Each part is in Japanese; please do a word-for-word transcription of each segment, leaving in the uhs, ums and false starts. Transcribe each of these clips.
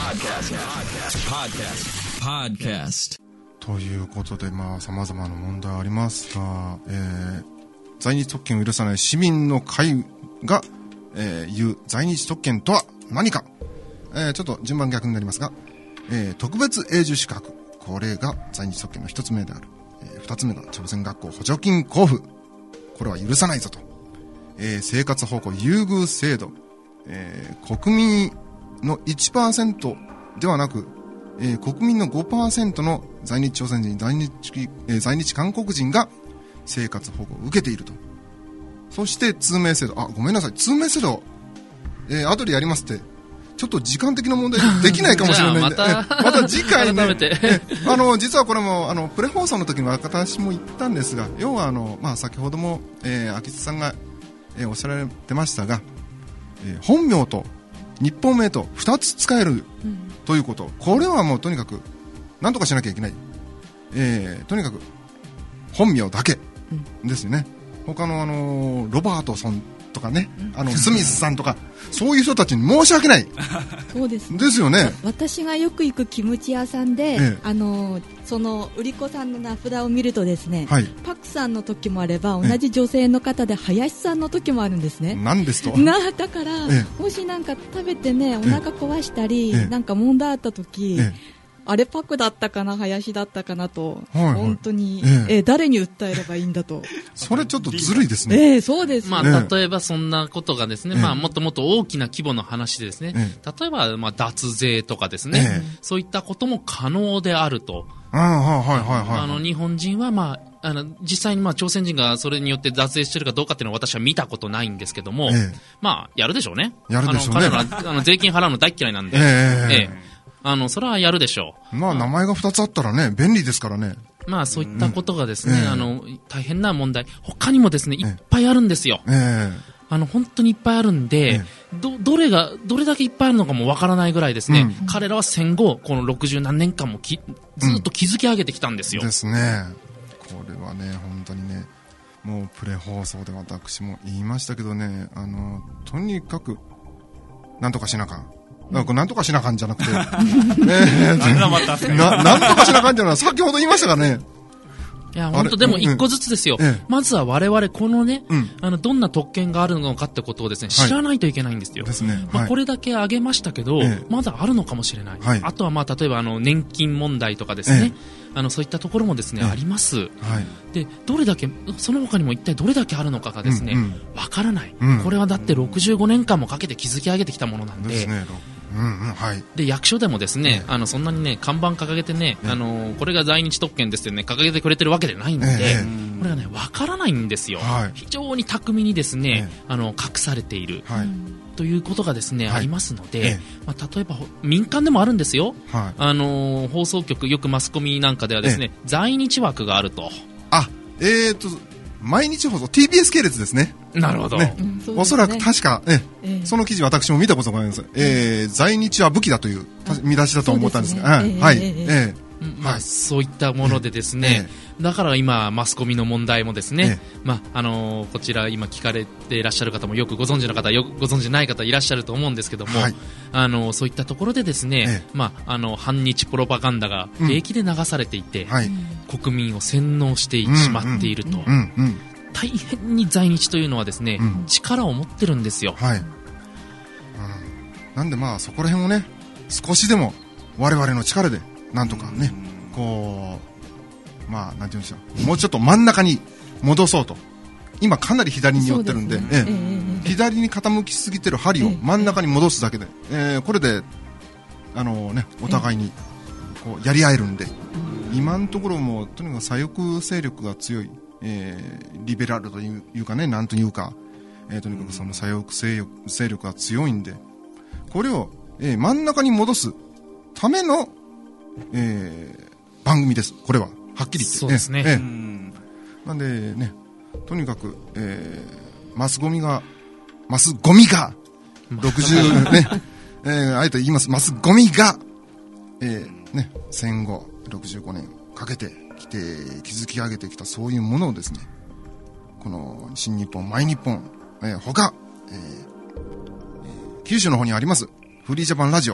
Podcast ということで、まあ様々な問題ありますが、えー、在日特権を許さない市民の会が、えー、言う在日特権とは何か、えー、ちょっと順番逆になりますが、えー、特別永住資格、これが在日特権の一つ目である。えー、二つ目が朝鮮学校補助金交付、これは許さないぞと。えー、生活保護優遇制度、えー、国民の いちパーセント ではなく、えー、国民の ごパーセント の在日朝鮮人、在日、えー、在日韓国人が生活保護を受けていると。そして通名制度、あ、ごめんなさい、通名制度、えー、後でやりますって、ちょっと時間的な問題できないかもしれないんで、 じゃあまたまた次回ね、 改めてあの実はこれもあのプレ放送の時に私も言ったんですが、要はあの、まあ、先ほども、えー、秋津さんが、えー、おっしゃられてましたが、えー、本名と日本名とふたつ使える、うん、ということ、これはもうとにかく何とかしなきゃいけない、えー、とにかく本名だけですよね、うん、他の、あのロバートソンとかね、あのスミスさんとかそういう人たちに申し訳ないそうですね、 ですよね。 私がよく行くキムチ屋さんで、ええ、あのその売り子さんの名札を見るとですね、はい、パクさんの時もあれば同じ女性の方で林さんの時もあるんですね。 何ですとなだから、ええ、もしなんか食べてねお腹壊したり、ええ、なんか問題あった時、ええ、あれパクだったかな林だったかなと、はいはい、本当に、えええー、誰に訴えればいいんだとそれちょっとずるいですね。 えー、そうです、 まあ、例えばそんなことがですね、ええ、まあ、もっともっと大きな規模の話でですね、ええ、例えば、まあ、脱税とかですね、ええ、そういったことも可能であると。 あ、はいはいはい、 あの日本人は、まあ、あの実際にまあ朝鮮人がそれによって脱税してるかどうかっていうのは私は見たことないんですけども、ええ、まあやるでしょうね。 やるでしょうね。 あの彼らはあの税金払うの大嫌いなんで、ええええ、あのそれはやるでしょう。 まあ名前がふたつあったらね便利ですからね。 まあそういったことがですね、うん、あの大変な問題他にもですねいっぱいあるんですよ。ええ、あの本当にいっぱいあるんで、ええ、ど, どれがどれだけいっぱいあるのかもわからないぐらいですね、うん、彼らは戦後このろくじゅうなんねんかんもきずっと築き上げてきたんですよ、 うん、ですね。これはね本当にねもうプレ放送で私も言いましたけどね、あのとにかくなんとかしなあかん、なんかなんとかしなあかんじゃなくて、ね、な, なんとかしなあかんじゃない、先ほど言いましたからね。 いや本当でも一個ずつですよ、うん、まずは我々このね、うん、あのどんな特権があるのかってことをですね知らないといけないんですよ、はいですね、まあ、これだけ挙げましたけど、ええ、まだあるのかもしれない、はい、あとはまあ例えばあの年金問題とかですね、え、あのそういったところもですね、あります、はい、でどれだけその他にも一体どれだけあるのかがですね、うんうん、分からない、うん、これはだってろくじゅうごねんかんもかけて築き上げてきたものなんで、ですね、 うんうんはい、 で役所でもですね、えー、あのそんなにね看板掲げてね、えー、あのこれが在日特権ですってね掲げてくれてるわけでないんで、えー、これがねわからないんですよ、はい、非常に巧みにですね、えー、あの隠されている、はい、ということがですね、はい、ありますので、えーまあ、例えば民間でもあるんですよ、はい、あの放送局よくマスコミなんかではですね、えー、在日枠があると、 あえーと毎日放送 ティービーエス 系列ですね。 なるほど、ねうんね、 おそらく確か、ねえー、その記事私も見たことがあります、えー、在日は武器だという見出しだと思ったんですが、ね、はい、えーえーまあ、そういったものでですね、えー、だから今マスコミの問題もですね、えーまああのー、こちら今聞かれていらっしゃる方もよくご存知の方よくご存知ない方いらっしゃると思うんですけども、はい、あのー、そういったところでですね、えーまあ、あの反日プロパガンダが平気で流されていて、うんはい、国民を洗脳してしまっていると、うんうんうんうん、大変に在日というのはですね、うん、力を持ってるんですよ、はいうん、 なんでまあそこら辺をね少しでも我々の力でなんとかね、うん、こうまあなんていうんでしょう、もうちょっと真ん中に戻そうと、今かなり左に寄ってるんで、で、ねえええ、左に傾きすぎてる針を真ん中に戻すだけで、ええー、これであのねお互いにこうやり合えるんで、今のところもとにかく左翼勢力が強い、えー、リベラルというかね、なんというか、えー、とにかくその左翼勢力、勢力が強いんで、これを、えー、真ん中に戻すための、えー、番組です。これははっきり言って、 そうですね。 えーえー、なんでね、とにかく、えー、マスゴミがマスゴミがろくじゅうね、えー、あえて言います、マスゴミが、えー、ね、戦後ろくじゅうごねんかけてきて築き上げてきたそういうものをですね、この新日本、マイ日本、えー、他、えー、九州の方にありますフリージャパンラジオ、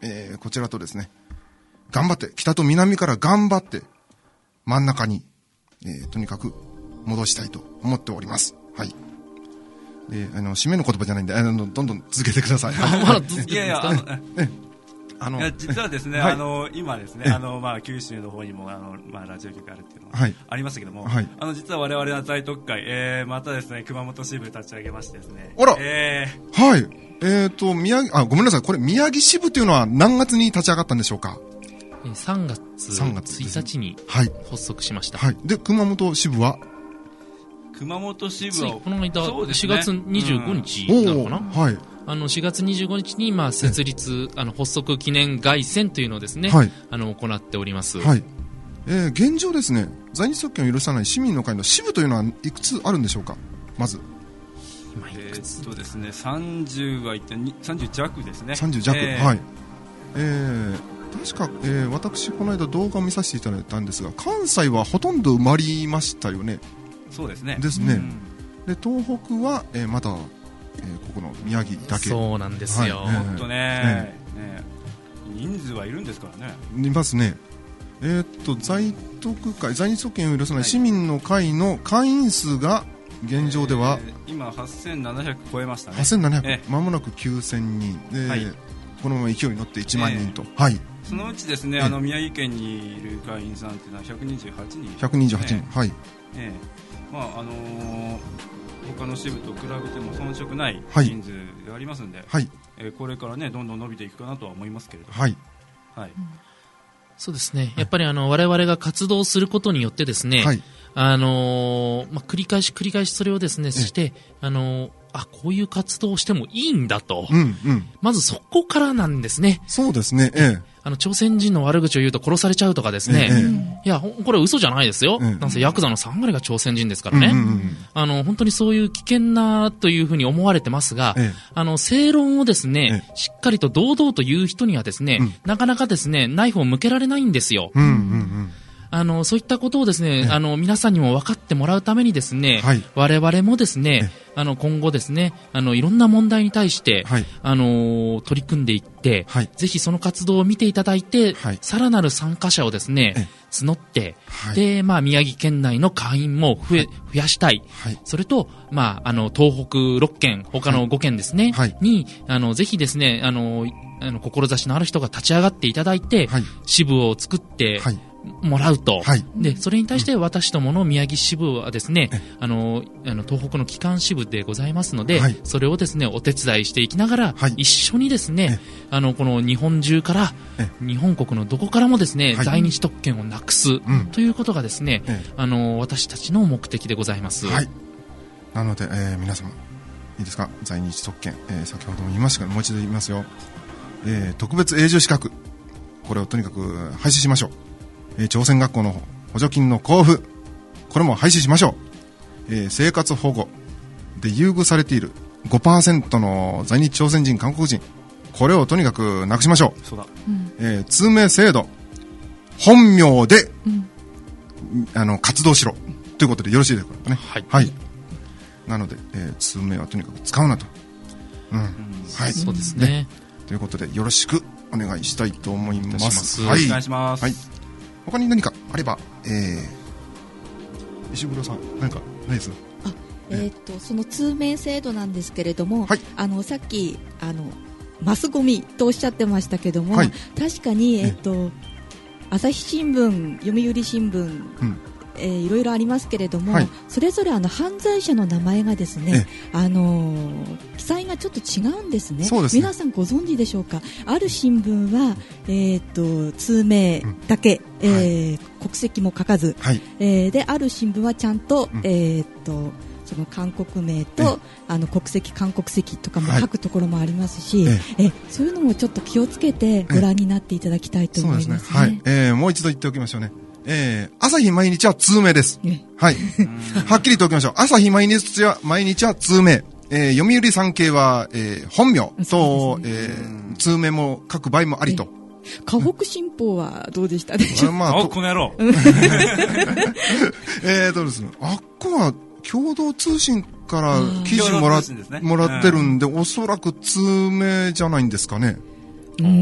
えー、こちらとですね、頑張って、北と南から頑張って、真ん中に、えー、とにかく戻したいと思っております。はい。で、あの、締めの言葉じゃないんで、あの、どんどん続けてください。 まだ続けてください。いやいや、あの、 えあのいや実はですね、はい、あの今ですね、あのまあ九州の方にもあのまあラジオ局あるっていうのがありましたけども、はい、あの実は我々の在特会、えー、またですね熊本支部立ち上げましてですね。 あら、えー、はい。えっ、ー、と宮城あごめんなさい、これ宮城支部というのは何月に立ち上がったんでしょうか。 さんがつついたちに発足しました。 はい。で熊本支部は熊本支部はこの間、ね、しがつにじゅうごにちなのかな、うん、はい。あのしがつにじゅうごにちにまあ設立、あの発足記念凱旋というのをですね、はい、あの行っております。 はい。えー、現状ですね、在日特権を許さない市民の会の支部というのはいくつあるんでしょうか。まず。 今いくつ？えー、っとですね、さんじゅうはいってさんじゅう弱ですね。 さんじゅう弱、えー、はい。えー、確か、えー、私この間動画を見させていただいたんですが、関西はほとんど埋まりましたよね。 そうですね。 ですね。で東北は、えー、まだえー、ここの宮城だけ。 そうなんですよ。 はい、本当ね、えー、ね、人数はいるんですからね。 いますね。えー、っと在特会、在日特権を許さない市民の会の会員数が現状では、 えー、今はっせんななひゃく超えましたね。 はっせんななひゃく、えー、間もなくきゅうせんにん、えーはい、このまま勢いに乗っていちまんにんと、えー、はい。 そのうちですね、あの宮城県にいる会員さんっていうのはひゃくにじゅうはちにん、 ひゃくにじゅうはちにん、はい。 えー、まああのー他の支部と比べても遜色ない人数でありますので、はい、えー、これからねどんどん伸びていくかなとは思いますけれども、はいはい、 そうですね、やっぱりあの我々が活動することによってですね、はい、あのーまあ、繰り返し繰り返しそれをですねして、あのー、あこういう活動をしてもいいんだと、うんうん、まずそこからなんですね。 そうですね、ええ、 あの朝鮮人の悪口を言うと殺されちゃうとかですね、ええ、いやこれは嘘じゃないですよ、ええ、なんせヤクザのさんわりが朝鮮人ですからね、うんうんうん、あの本当にそういう危険なというふうに思われてますが、ええ、あの正論をですね、ええ、しっかりと堂々と言う人にはですね、うん、なかなかですねナイフを向けられないんですよ、うんうんうん、あのそういったことをですね、ええ、あの皆さんにも分かってもらうためにですね、はい、我々もですね、ええ、あの今後ですね、あのいろんな問題に対して、はい、あの取り組んでいって、はい、ぜひその活動を見ていただいて、はい、さらなる参加者をですね募って、はい、でまあ宮城県内の会員も増え、はい、増やしたい、はい、それとまああの東北ろっけん他のごけんですね、はい、にあのぜひですねあのあの志のある人が立ち上がっていただいて、はい、支部を作って、はい、もらうと、はい、でそれに対して私どもの宮城支部はですね、あのあの東北の基幹支部でございますので、はい、それをですねお手伝いしていきながら、はい、一緒にですねあのこの日本中から日本国のどこからもですね、はい、在日特権をなくす、うん、ということがですね、あの私たちの目的でございます。はい、 なので、えー、皆様いいですか、在日特権、えー、先ほども言いましたけどもう一度言いますよ、えー、特別永住資格これをとにかく廃止しましょう。えー、朝鮮学校の補助金の交付これも廃止しましょう。えー、生活保護で優遇されている ごパーセント の在日朝鮮人韓国人これをとにかくなくしましょう。そうだ、えー、通名制度本名で、うん、あの活動しろということでよろしいですかね。はい、はい、なので、えー、通名はとにかく使うなと、うんうん、はい、 そうですね。 ということでよろしくお願いしたいと思います。 よろしくお願いします。 はい、他に何かあれば、えー、石黒さん何かないです？ あ、えー、っとその通名制度なんですけれども、はい、あのさっきあのマスゴミとおっしゃってましたけども、はい、確かに、えー、っと朝日新聞、読売新聞、うんえー、いろいろありますけれども、はい、それぞれあの犯罪者の名前がですね、あのー、記載がちょっと違うんですね。そうですね。皆さんご存知でしょうか。ある新聞は、えー、と通名だけ、うんえーはい、国籍も書かず、はいえー、である新聞はちゃんと、うんえー、とその韓国名とあの国籍韓国籍とかも書くところもありますし、はい、ええそういうのもちょっと気をつけてご覧になっていただきたいと思いますね。 そうですね。はい、えー、もう一度言っておきましょうね。えー、朝日毎日は通名です。はい。はっきりとおきましょう。朝日毎日は、毎日は通名。えー、読売産経は、えー、本名と、ねえー、通名も書く場合もありと。 河北新報はどうでしたでしょうか。 まあ、この野郎。 えーとですね、あっこは共同通信から記事もら、ね、もらってるんで、おそらく通名じゃないんですかね。 うん、なんか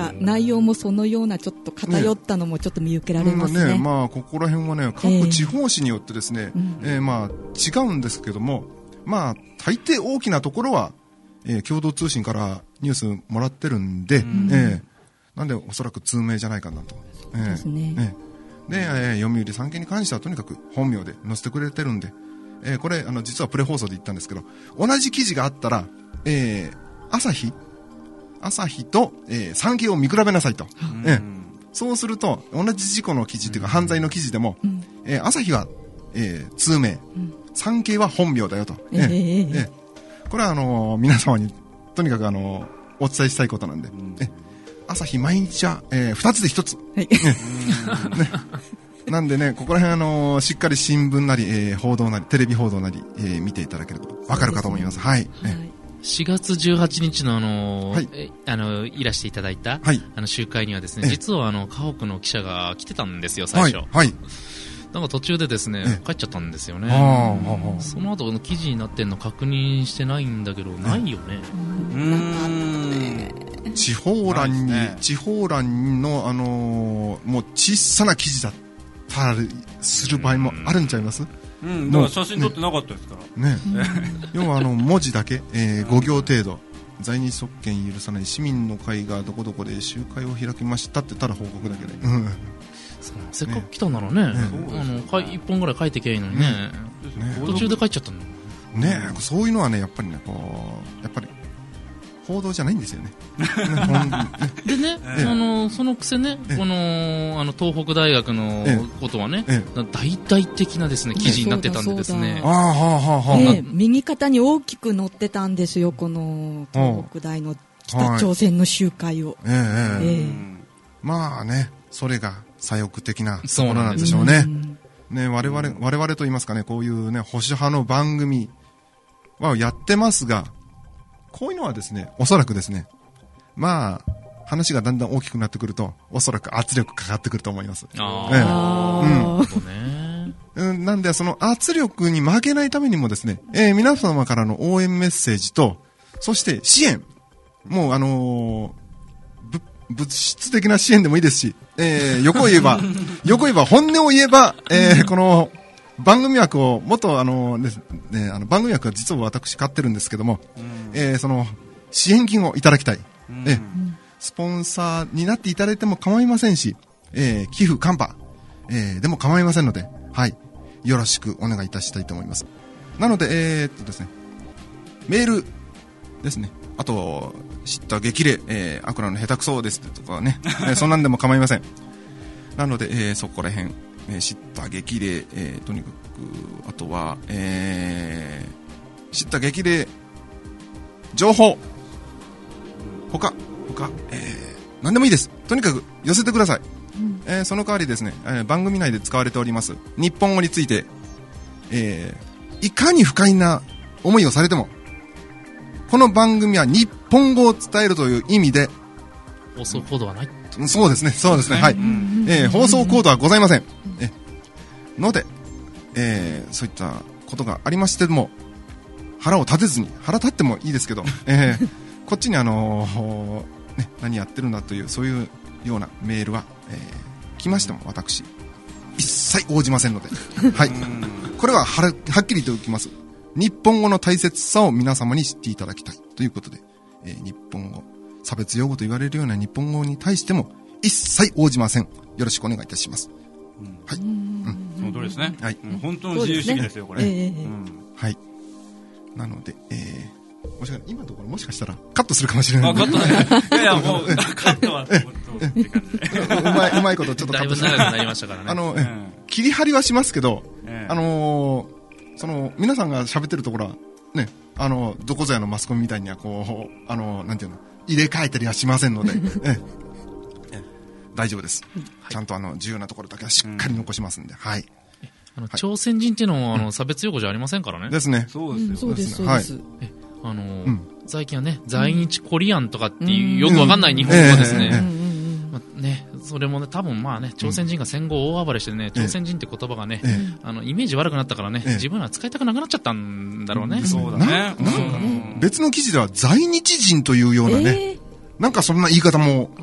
か内容もそのようなちょっと偏ったのもちょっと見受けられますね。 ね、まあここら辺はね、各地方紙によってですね、えーえー、まあ違うんですけども、まあ大抵大きなところは、えー、共同通信からニュースもらってるんで、うん、えー、なんでおそらく通名じゃないかなと。 そうですね。 えー、で、えー、読売産経に関してはとにかく本名で載せてくれてるんで、えー、これあの実はプレ放送で言ったんですけど、同じ記事があったら、えー、朝日朝日と、えー、産経を見比べなさいと、うんえー、そうすると同じ事故の記事というか犯罪の記事でも、うんえー、朝日は、えー、通名、うん、産経は本名だよと、えーえーえー、これはあのー、皆様にとにかく、あのー、お伝えしたいことなんで、うん、え朝日毎日は、えー、ふたつでひとつ、はいねね、なんでねここら辺、あのー、しっかり新聞なり、えー、報道なりテレビ報道なり、えー、見ていただければわかるかと思います。はい、はいねしがつじゅうはちにちのあの、はい、あのいらしていただいた、はい、あの集会にはですね、実はあの家屋の記者が来てたんですよ最初。はいはい、なんか途中でですね帰っちゃったんですよね。その後の記事になってんの確認してないんだけどないよね。うーん地方欄に、ね、地方欄のあのー、もう小さな記事だったりする場合もあるんちゃいます？ うん、だから写真撮ってなかったですからね。ね要はあの文字だけ、えー、ご行程度在日特権許さない市民の会がどこどこで集会を開きましたってただ報告だけで、うん、 せっかく来たならね、ねあのかいいっぽんぐらい書いてきゃいいのにね、ねね途中で帰っちゃったのね。そういうのはねやっぱりねこうやっぱり報道じゃないんですよね。 でね、あのそのくせね、このあの東北大学のことはね、大々的なですね記事になってたんでですね。 右肩に大きく載ってたんですよこの東北大の北朝鮮の集会を。 まあね、それが左翼的なところなんでしょうね。ね、我々我々と言いますかね、こういうね保守派の番組はやってますが。こういうのはですね、おそらくですね、まあ話がだんだん大きくなってくると、おそらく圧力かかってくると思います。あええ、うん、なんでその圧力に負けないためにもですね、えー、皆様からの応援メッセージと、そして支援、もうあのー、物質的な支援でもいいですし、えー、横を言えば横を言えば本音を言えば、えー、この番組枠を元あの、ねね、あの番組枠は実は私買ってるんですけども、うんえー、その支援金をいただきたい、うん、えスポンサーになっていただいても構いませんし、えー、寄付カンパ、えー、でも構いませんので、はい、よろしくお願いいたしたいと思います。なので、えー、っとですね、メールですね、あと知った激励、えー、アクラの下手くそですとかね、えー、そんなんでも構いません。なので、えー、そこら辺、えー、知った激励、えー、とにかくあとは、えー、知った激励情報他他、えー、何でもいいです。とにかく寄せてください、うんえー、その代わりですね、えー、番組内で使われております日本語について、えー、いかに不快な思いをされてもこの番組は日本語を伝えるという意味で放送コードはない、 そうですねそうですね、はい、えー、放送コードはございません、えー、ので、えー、そういったことがありましても腹を立てずに、腹立ってもいいですけど、えー、こっちにあのーね、何やってるんだというそういうようなメールは、えー、来ましても私一切応じませんので、はい、これは は, はっきりと言きます。日本語の大切さを皆様に知っていただきたいということで、えー、日本語差別用語と言われるような日本語に対しても一切応じません。よろしくお願いいたします。うん、はい、うん、 その通りですね。はい、うん、本当の自由主義ですよ、これ。えーうん、 はい。なので、えー、もしか今のところもしかしたらカットするかもしれない。あ、カットね。いやいや、もう、カットは、って感じで。うまい、うまいことちょっとカットして。 だいぶ長くなりましたからね。 あの、うん、切り張りはしますけど、うん、あのー、その、皆さんが喋ってるところは、ね、あの、どこぞやのマスコミみたいには、こう、あの、なんていうの、入れ替えたりはしませんので、ええ、大丈夫です。はい、ちゃんとあの、重要なところだけはしっかり残しますんで、うん、はい。 あの朝鮮人っていうのは、あの差別用語じゃありませんからね。 ですね。 そうですよ。そうですそうです。 えあの、うん、最近はね在日コリアンとかっていう、うん、よくわかんない日本語ですね。まあ、ねそれもね多分まあね朝鮮人が戦後大暴れしてね、朝鮮人って言葉がね、あのイメージ悪くなったからね、自分は使いたくなくなっちゃったんだろうね。 そうだね。なんか別の記事では在日人というようなね、なんかそんな言い方も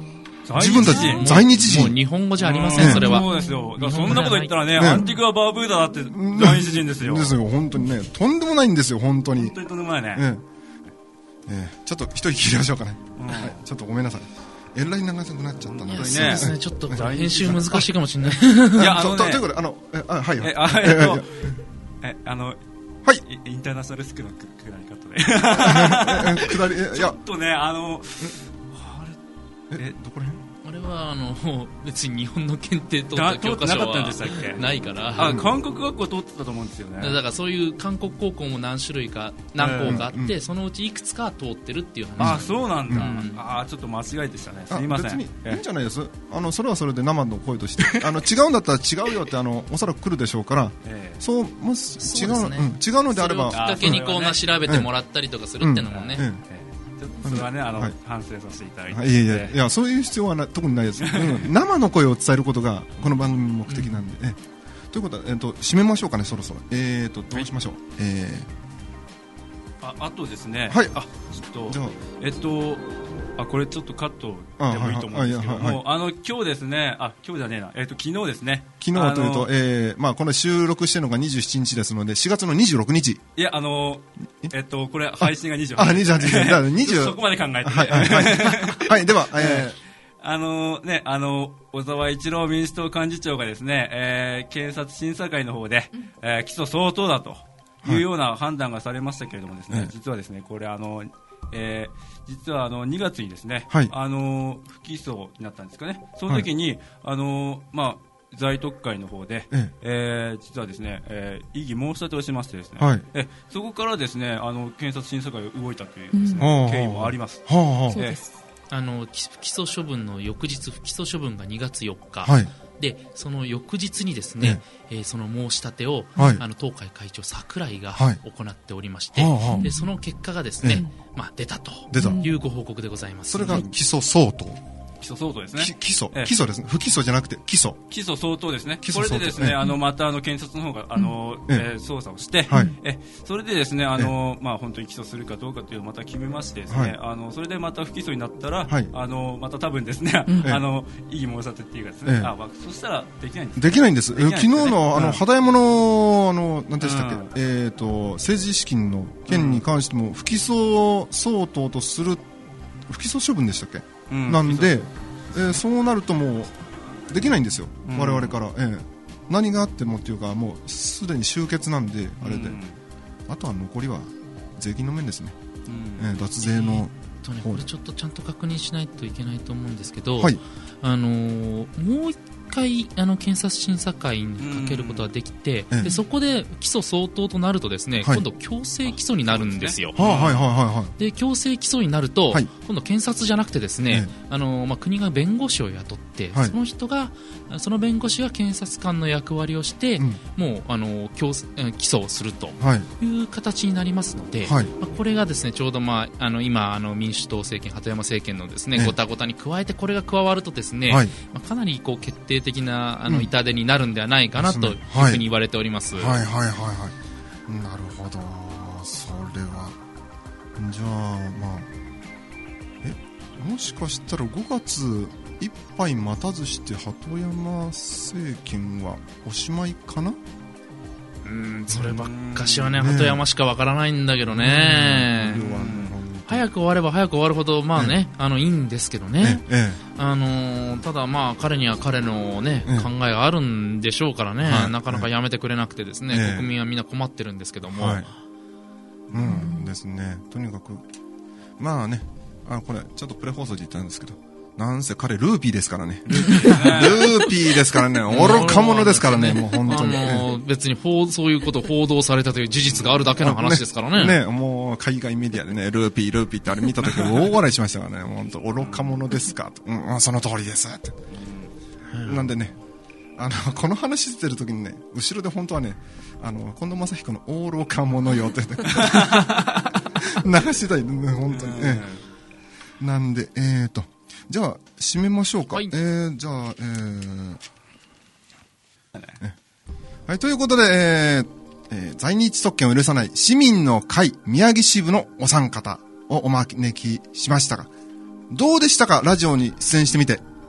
自分たち在日人。 もう日本語じゃありません、それは。 そうですよ。そんなこと言ったらね、アンティグア・バーブーダだって在日人ですよ。 ですよ、本当にね。とんでもないんですよ、本当に。 本当にとんでもないね。 ええ、ちょっと一息切りましょうかね。ちょっとごめんなさい。えらい長くなっちゃったので。 そうですね、ちょっと編集難しいかもしれない。 いや、あのね。ということで、あの、あ、はい。 え、あ、えっと、え、あの、はい。インターナショナルスクのくだり方で。くだり、いや。ちょっとね、あの、あれ、え、どこら辺？ あれはあの別に日本の検定取った教科書はないから、 あ、韓国学校通ってたと思うんですよね。 だからそういう韓国高校も何種類か何校かあって、うん、そのうちいくつか通ってるっていう話。 あ、そうなんだ。うん、あ、ちょっと間違いでしたね。すみません。 別にいいんじゃないです。あのそれはそれで生の声としてあの違うんだったら違うよってあのおそらく来るでしょうから、えー、そうもし違う、ね、うん、違うのであればそれをきっかけにこうな調べてもらったりとかするっていうのもね。うんうんうん、 ちょっとそれはね、あの、はい、反省させていただいて、 はい、いやいやいや、そういう必要はな特にないです、うん、生の声を伝えることがこの番組の目的なんで、うん、えということは、えー、と締めましょうかね、そろそろ、えー、とどうしましょう、はい、えー、あ, あとですね、 はい、 あちょっとじゃあえっとあこれちょっとカットでもいいと思うんですけども、あの今日ですね、あ今日じゃねえな、えっと昨日ですね、 昨日というと、えー、まあこの収録してるのがにじゅうしちにちですので、しがつのにじゅうろくにち。 いやあのえっとこれ配信がにじゅうはちにち。 あ、にじゅうはちにち。だからにじゅうそこまで考えてね。 はいはいはい。はい、では、えー、 あのね、あの小沢一郎民主党幹事長がですね、えー、検察審査会の方で、えー、起訴相当だというような判断がされましたけれどもですね、はい、実はですねこれあの。えー、実はあのにがつにですね、はい、あの不起訴になったんですかね。その時に、はい、あのまあ在特会の方で、えええー、実はですね、えー、異議申し立てをしましてですね、はい、えそこからですねあの検察審査会が動いたというですね、うん、経緯もあります。はあはあ、 そうです。あの不起訴処分の翌日、不起訴処分がにがつよっか、はい、でその翌日にですね、ええー、その申し立てを、はい、あの東海会長櫻井が行っておりまして、はい、でその結果がですね、ええまあ、出たというご報告でございます。 それが起訴相当。 起訴相当ですね。 起訴、ええ、起訴ですね。不起訴じゃなくて起訴。 起訴相当ですね。これでですね、ええ、あのまたあの検察の方があの、うんええ、捜査をして、はい、えそれでですねあの、まあ本当に起訴するかどうかというのをまた決めましてですね、はい、あのそれでまた不起訴になったら、はい、あのまた多分ですね、うん、あの異議申し立てっていうかですね、ええ、あまあそしたらできないんです。 できないんです。昨日のあの肌山のあの何でしたっけ、うん、えっ、ー、と政治資金の件に関しても不起訴相当とする不起訴処分でしたっけ、うん、なんで。えー、そうなるともうできないんですよ、うん、我々から、えー、何があってもっていうかもうすでに終結なんであれで、うん、あとは残りは税金の面ですね、うんえー、脱税の、 えーね、これちょっとちゃんと確認しないといけないと思うんですけど、はい、あのー、もう一回あの検察審査会にかけることができて、うん、でそこで起訴相当となるとですね、はい、今度強制起訴になるんですよ。で強制起訴になると、はい、今度検察じゃなくてですね、ええあのまあ、国が弁護士を雇って、はい、その人がその弁護士が検察官の役割をして、うん、もうあの強起訴をするという形になりますので、はいまあ、これがですねちょうど、まあ、あの今あの民主党政権鳩山政権のですね、ええ、ごたごたに加えてこれが加わるとですね、はいまあ、かなりこう決定的なあの痛手になるんではないかなというふうに言われております。 はい、はいはいはいはいなるほど。それはじゃあまあえもしかしたらごがついっぱい待たずして鳩山政権はおしまいかな。 うーんそればっかしはね鳩山しかわからないんだけどね。早く終われば早く終わるほどまあね、ええ、あのいいんですけどね、ええあのー、ただまあ彼には彼のね、ええ、考えがあるんでしょうからね、はい、なかなかやめてくれなくてですね、ええ、国民はみんな困ってるんですけども、はい、 うんですね。とにかくまあねあこれちょっとプレ放送で言ったんですけどなんせ彼ルーピーですからねルーピーですからね愚か者ですからねもう本当に、 あのー、別にそういうことを報道されたという事実があるだけの話ですからねね, ねもう海外メディアでねルーピールーピーってあれ見た時大笑いしましたからね本当愚か者ですかと、うん、その通りですって、うん、なんでねあのこの話してる時にね後ろで本当はねあの近藤正彦の愚か者よって、ね、流したいね本当にねなんでえーとじゃあ締めましょうか、はいえー、じゃあ、えーはい、ということで、えーえー、在日特権を許さない市民の会宮城支部のお三方をお招きしましたがどうでしたかラジオに出演してみて。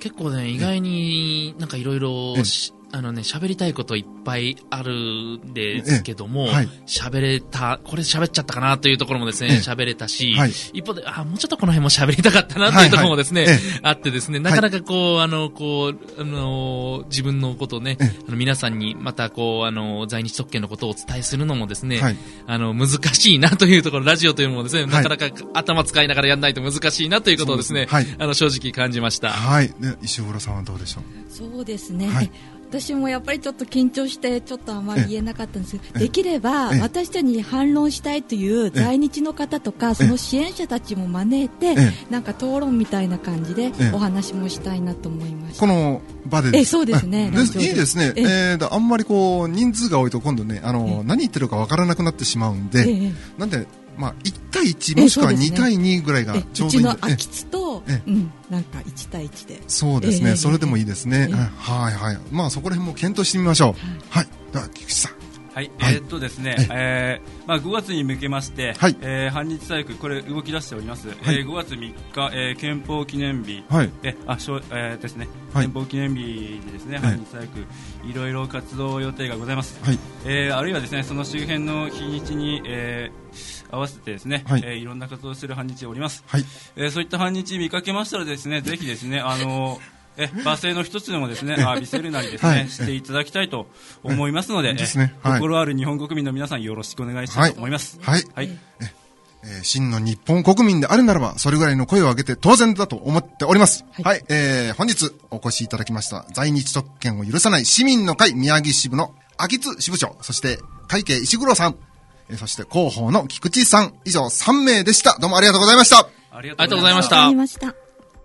結構ね、意外になんかいろいろ、あのね、喋りたいこといっぱいあるんですけども、喋、はい、れた、これ喋っちゃったかなというところもですね、喋れたし、はい、一方で、あ、もうちょっとこの辺も喋りたかったなというところもですね、はいはい、あってですね、なかなかこう、あの、こう、あの、自分のことをね、あの皆さんにまたこう、あの、在日特権のことをお伝えするのもですね、はい、あの、難しいなというところ、ラジオというのもですね、なかなか頭使いながらやらないと難しいなということをですね、はい、あの、正直感じました。 はい。で、石黒さんはどうでしょう？ そうですね。はい、私もやっぱりちょっと緊張してちょっとあまり言えなかったんですけど、できれば私たちに反論したいという在日の方とかその支援者たちも招いてなんか討論みたいな感じでお話もしたいなと思いました。 この場でです。 えそうですね。 いいですね。ええー、あんまりこう人数が多いと今度ね、あの何言ってるかわからなくなってしまうんで、なんでまあいち対いちもしくはに対にぐらいがちょうどいいんで。 うちの空き地と、うん、なんかいち対いちで。 そうですね。それでもいいですね。はいはい。まあそこら辺も検討してみましょう。はい。では菊池さん。 はい、えー、っとですね、えーまあ、ごがつに向けまして、はい、えー、反日細工、これ動き出しております、はい、えー、ごがつみっか、えー、憲法記念日、はい、えあしょえー、ですね、はい、憲法記念日でですね、反日細工、いろいろ活動予定がございます、はい、えー、あるいはですね、その周辺の日にちに、えー、合わせてですね、はい、えー、いろんな活動をする反日おります、はい、えー、そういった反日見かけましたらですね、ぜひですね、あのーえ罵声の一つでもですね浴びせるなりですね、はい、していただきたいと思いますので、えですね、はい、心ある日本国民の皆さんよろしくお願いしたいと思います。 はい。はい。ええー、真の日本国民であるならばそれぐらいの声を上げて当然だと思っております。はい。はい、えー、本日お越しいただきました在日特権を許さない市民の会宮城支部の秋津支部長、そして会計石黒さん、えー、そして広報の菊池さん、以上さん名でした。どうもありがとうございました。 ありがとうございました。ありがとうございました。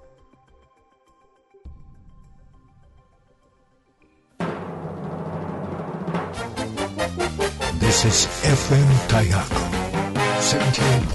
This is エフエム Daigaku ななじゅうはちてん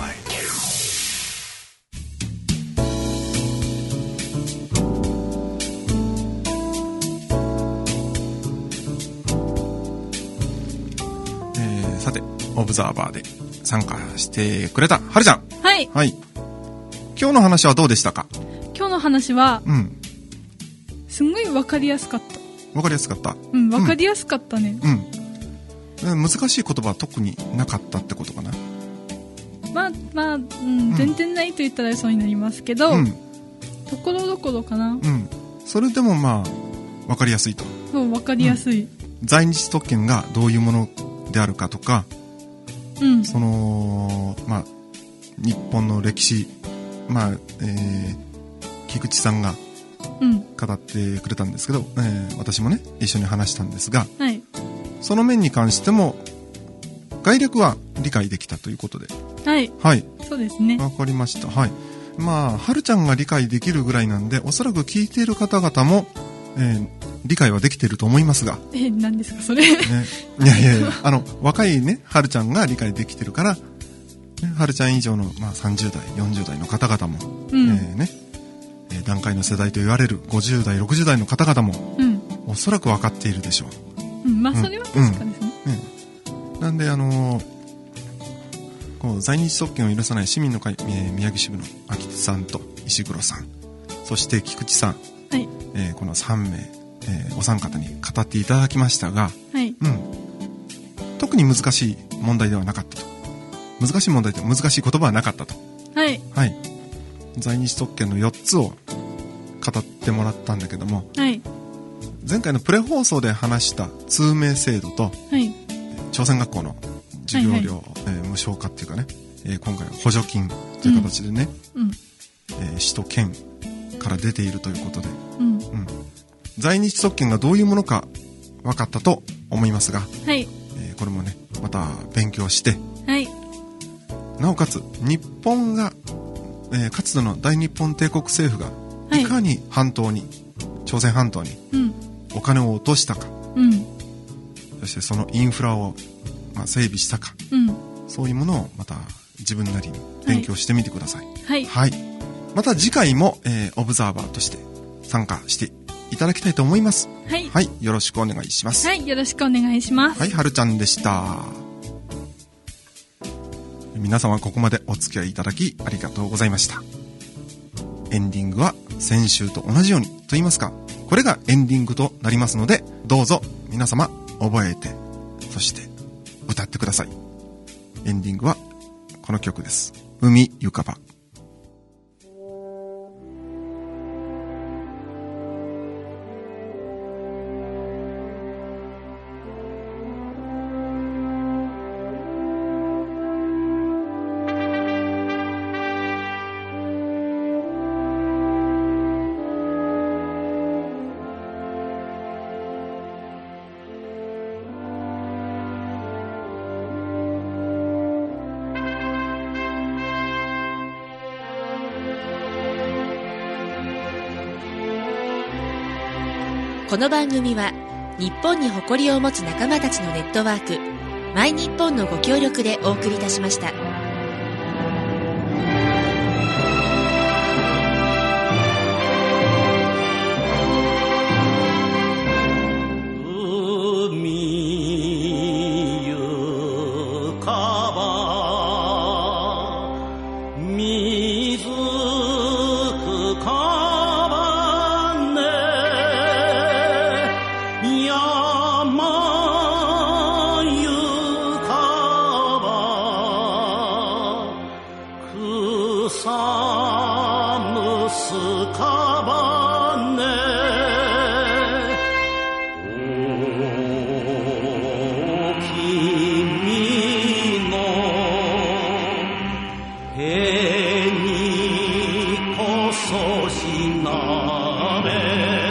きゅう。えー、さてオブザーバーで参加してくれたはるちゃん。 はい。 はい。今日の話はどうでしたか？ 今日の話は、うん、すごいわかりやすかった。 わかりやすかった。 うん、わかりやすかったね。 うん。うん難しい言葉は特になかったってことかな。 まあまあ、うん、全然ないと言ったらそうになりますけど、うん、ところどころかな。うん。 それでもまあ分かりやすいと。 そう分かりやすい、うん。 在日特権がどういうものであるかとか、うん、そのまあ日本の歴史、まあ、えー、菊池さんが語ってくれたんですけど、えー、私もね一緒に話したんですが。はい。その面に関しても概略は理解できたということで、 はいはい、そうですね。 わかりました。はい。まあはるちゃんが理解できるぐらいなんで、おそらく聞いている方々も、えー、理解はできていると思いますが。 え何ですかそれ？ね、 いやいやいやあの若いねはるちゃんが理解できてるから、ね、はるちゃん以上のまあさんじゅうだいよんじゅうだいの方々も、うん、えー、ね、団塊の世代と言われるごじゅうだいろくじゅうだいの方々も、うん、おそらく分かっているでしょう。 うん、まあそれは確かですね、 うんうん、なんであのー、こう在日特権を許さない市民の会、えー、宮城支部の秋津さんと石黒さん、そして菊池さん、はい、えー、このさん名、えー、お三方に語っていただきましたが、はい、うん、特に難しい問題ではなかったと。難しい問題で難しい言葉はなかったと。 はい、はい、 在日特権のよっつを語ってもらったんだけども、はい、前回のプレ放送で話した通名制度と、はい、朝鮮学校の授業料、はいはい、えー、無償化っていうかね、えー、今回は補助金という形でね、うんうん、えー、市と県から出ているということで、うんうん、在日特権がどういうものか分かったと思いますが、はい、えー、これもねまた勉強して、はい、なおかつ日本が、えー、かつての大日本帝国政府がいかに半島に、朝鮮半島に、うん、お金を落としたか、うん、そしてそのインフラを、まあ、整備したか、うん、そういうものをまた自分なりに勉強してみてください。はい。はい。また次回も、えー、オブザーバーとして参加していただきたいと思います。はい。はい。よろしくお願いします。 はい。よろしくお願いします。 はい。はるちゃんでした。皆様ここまでお付き合いいただきありがとうございました。エンディングは先週と同じようにと言いますか、これがエンディングとなりますので、どうぞ皆様覚えて、そして歌ってください。エンディングはこの曲です。海ゆかば。 この番組は日本に誇りを持つ仲間たちのネットワーク、マイ日本のご協力でお送りいたしました。 手にこそしなべ